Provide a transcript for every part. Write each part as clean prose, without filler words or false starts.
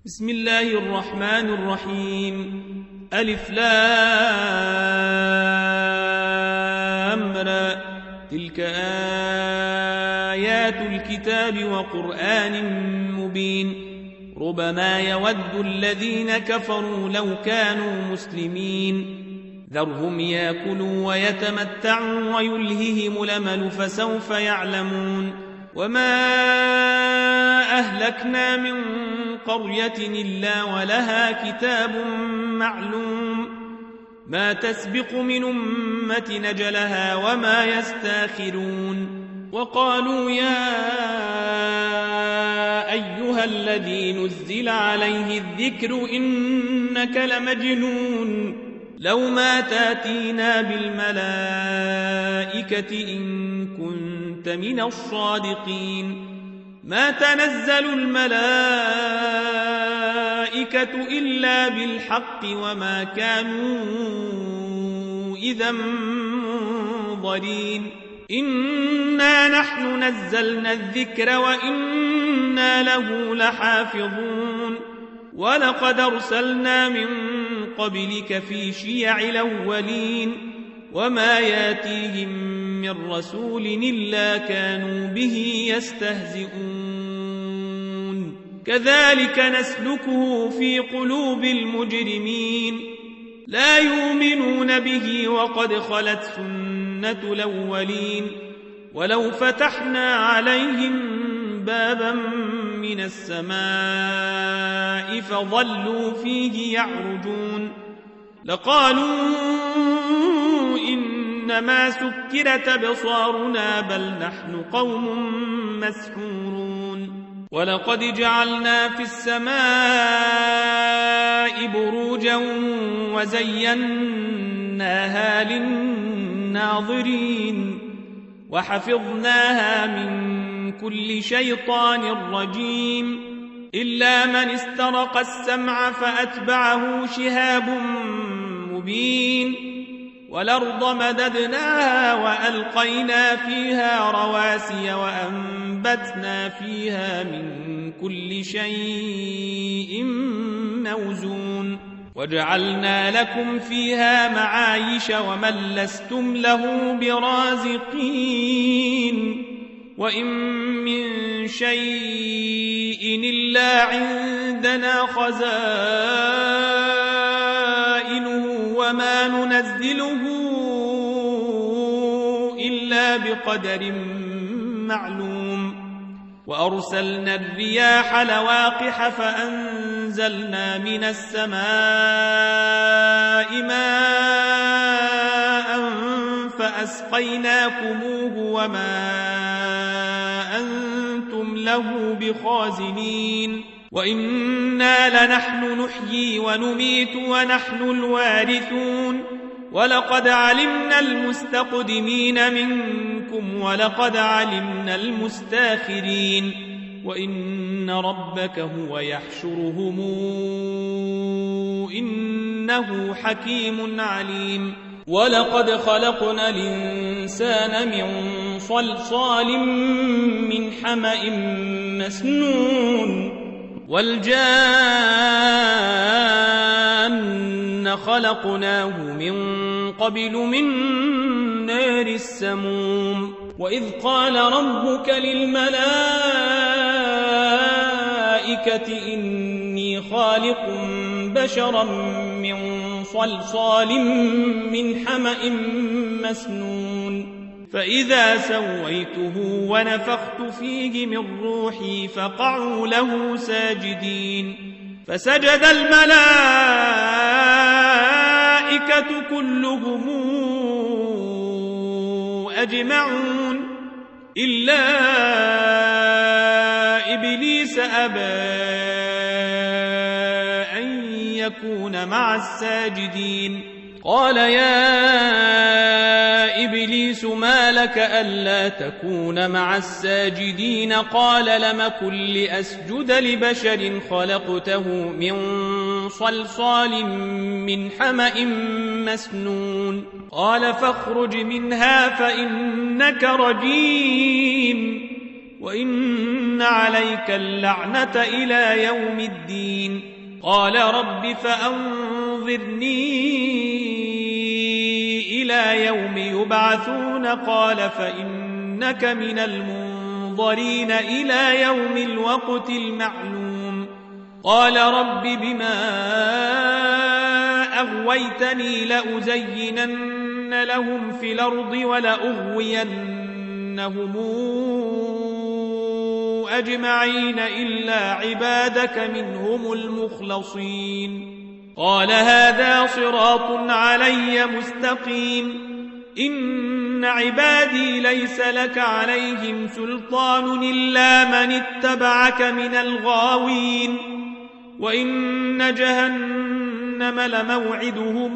بسم الله الرحمن الرحيم. ألف لام را. تلك آيات الكتاب وقرآن مبين. ربما يود الذين كفروا لو كانوا مسلمين. ذرهم يأكلوا ويتمتعوا ويلههم الأمل فسوف يعلمون. وما أهلكنا من قرية إلا ولها كتاب معلوم ما تسبق من أمة نجلها وما يستاخرون. وقالوا يا أيها الذي نزل عليه الذكر إنك لمجنون لو ما تاتينا بالملائكة إن كنت من الصادقين. ما تنزل الملائكة إلا بالحق وما كانوا إذا منظرين. إنا نحن نزلنا الذكر وإنا له لحافظون. ولقد أرسلنا من قبلك في شيع الأولين وما ياتيهم من رسول إلا كانوا به يستهزئون. كذلك نسلكه في قلوب المجرمين لا يؤمنون به وقد خلت سنة الأولين. ولو فتحنا عليهم بابا من السماء فظلوا فيه يعرجون لقالوا إنما سكرت أبصارنا بل نحن قوم مسحورون. ولقد جعلنا في السماء بروجا وزيناها للناظرين وحفظناها من كل شيطان رجيم إلا من استرق السمع فأتبعه شهاب مبين. والأرض مددناها وألقينا فيها رواسي وأنبتنا فيها من كل شيء موزون. وجعلنا لكم فيها معايش ومن لستم له برازقين. وإن من شيء إلا عندنا خزائنه وما ننزله إلا بقدر معلوم. وأرسلنا الرياح لواقح فأنزلنا من السماء ماء فأسقيناكموه وما أنتم له بخازنين. وإنا لنحن نحيي ونميت ونحن الوارثون. ولقد علمنا المستقدمين منكم ولقد علمنا المستاخرين. وإن ربك هو يحشرهم إنه حكيم عليم. ولقد خلقنا الإنسان من صلصال من حمأ مسنون. والجان خلقناه من قبل من نار السموم. وإذ قال ربك للملائكة إني خالق بشرا من صلصال من حمأ مسنون. فإذا سويته ونفخت فيه من روحي فقعوا له ساجدين. فسجد الملائكة كلهم أجمعون إلا إبليس أبى أن يكون مع الساجدين. قال يا إبليس ما لك ألا تكون مع الساجدين؟ قال لم كن لأسجد لبشر خلقته من صلصال من حمأ مسنون. قال فاخرج منها فإنك رجيم وإن عليك اللعنة إلى يوم الدين. قال رب فأنظرني إلى يوم يبعثون قال فإنك من المنظرين إلى يوم الوقت المعلوم. قال رب بما أغويتني لأزينن لهم في الأرض ولأغوينهم أجمعين إلا عبادك منهم المخلصين. قال هذا صراط علي مستقيم. إن عبادي ليس لك عليهم سلطان إلا من اتبعك من الغاوين. وإن جهنم لموعدهم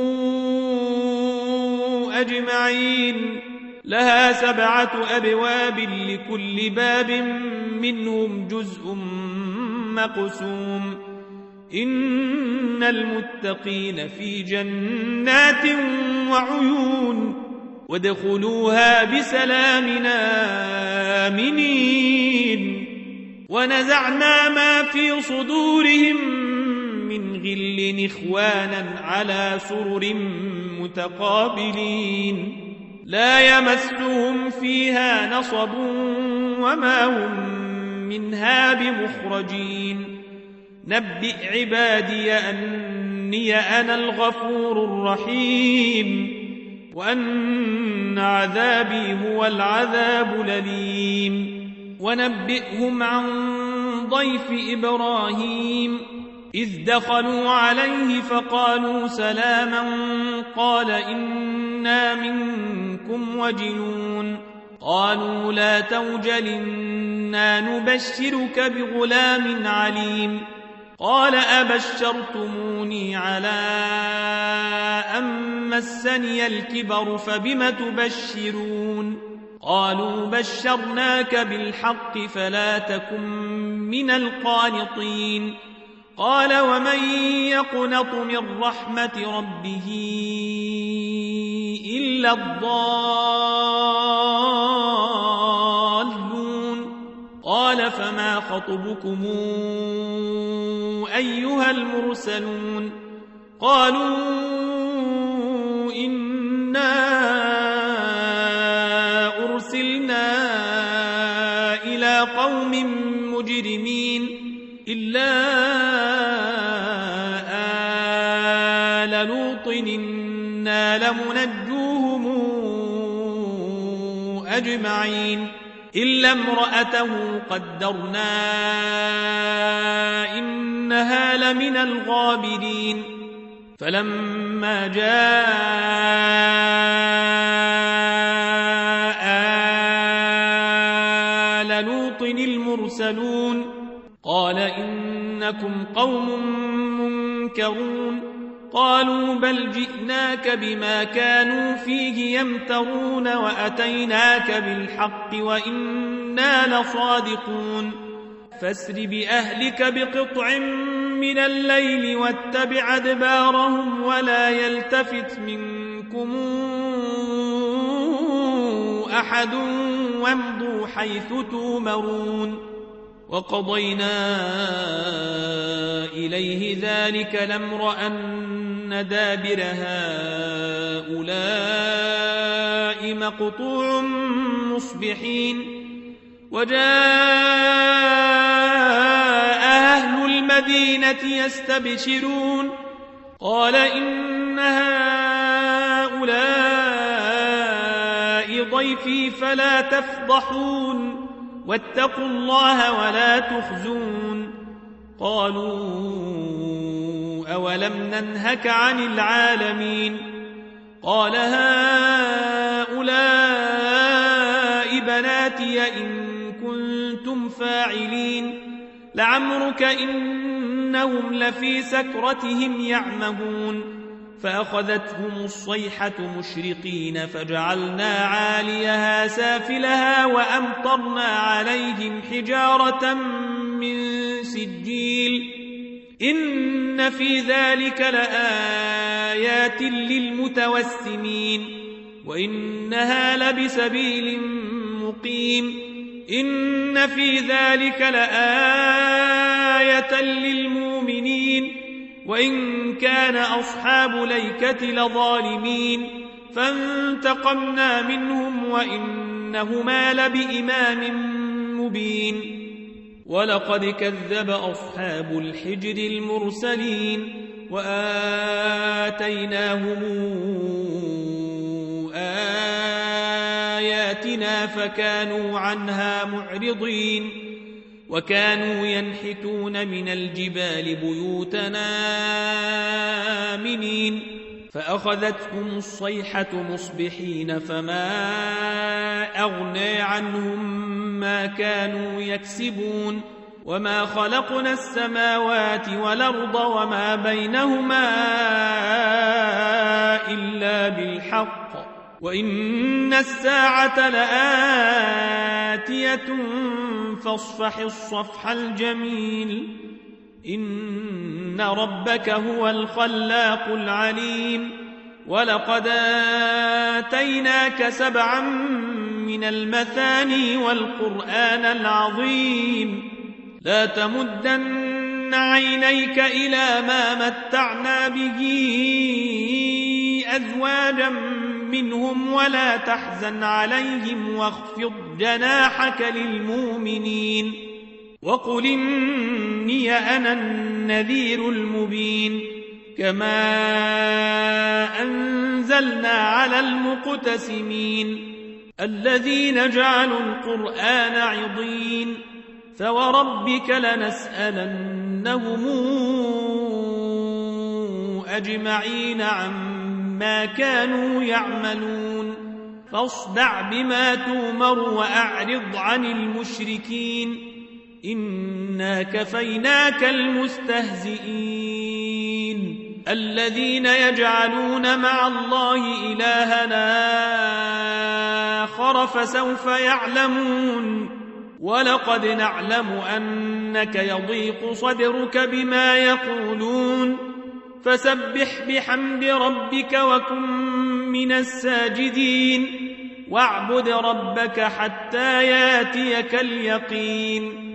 أجمعين. لها 7 أبواب لكل باب منهم جزء مقسوم. إن المتقين في جنات وعيون وادخلوها بسلام آمنين. ونزعنا ما في صدورهم من غل إخوانا على سرر متقابلين لا يمسهم فيها نصب وما هم منها بمخرجين. نبئ عبادي أني أنا الغفور الرحيم وأن عذابي هو العذاب الأليم. ونبئهم عن ضيف إبراهيم إذ دخلوا عليه فقالوا سلاما قال إنا منكم وجلون. قالوا لا توجل إنا نبشرك بغلام عليم. قال أبشرتموني على أن مسني الكبر فبم تبشرون. قالوا بشرناك بالحق فلا تكن من القانطين. قال ومن يقنط من رحمة ربه إلا الضالون. قال فما خطبكم أيها المرسلون. قالوا إنا أرسلنا إلى قوم مجرمين إلا آل لوط إنا لمنجوهم أجمعين إلا امرأته قدرنا إنها لمن الغابرين. فلما جاء آل لوط المرسلون قال إنكم قوم منكرون. قالوا بل جئناك بما كانوا فيه يمترون وأتيناك بالحق وإنا لصادقون. فاسر بأهلك بقطع من الليل واتبع أدبارهم ولا يلتفت منكم أحد وامضوا حيث تومرون. وقضينا إليه ذلك الأمر أن دابر هؤلاء مقطوع مصبحين. وجاء أهل المدينة يستبشرون قال إن هؤلاء ضيفي فلا تفضحون واتقوا الله ولا تخزون. قالوا أولم ننهك عن العالمين. قال هؤلاء بناتي إن كنتم فاعلين. لعمرك إنهم لفي سكرتهم يعمهون. فأخذتهم الصيحة مشرقين فجعلنا عاليها سافلها وأمطرنا عليهم حجارة من سجيل. إن في ذلك لآيات للمتوسمين وإنها لبسبيل مقيم. إن في ذلك لآية للمؤمنين وإن كان أصحاب ليكة لظالمين فانتقمنا منهم وإنهما لبإمام مبين ولقد كذب أصحاب الحجر المرسلين وآتيناهم آياتنا فكانوا عنها معرضين وكانوا ينحتون من الجبال بيوتنا آمنين فأخذتهم الصيحة مصبحين فما أغنى عنهم ما كانوا يكسبون وما خلقنا السماوات والأرض وما بينهما إلا بالحق وإن الساعة لآتية فاصفح الصفح الجميل إن ربك هو الخلاق العليم ولقد آتيناك 7 من المثاني والقرآن العظيم لا تمدن عينيك إلى ما متعنا به أزواجا منهم ولا تحزن عليهم واخفض جناحك للمؤمنين وقل إني أنا النذير المبين كما أنزلنا على المقتسمين الذين جعلوا القرآن عضين فوربك لنسألنهم أجمعين عما كانوا يعملون فاصدع بما تؤمر وأعرض عن المشركين إنا كفيناك المستهزئين الذين يجعلون مع الله إلهنا آخر فسوف يعلمون ولقد نعلم أنك يضيق صدرك بما يقولون فسبح بحمد ربك وكن من الساجدين واعبد ربك حتى ياتيك اليقين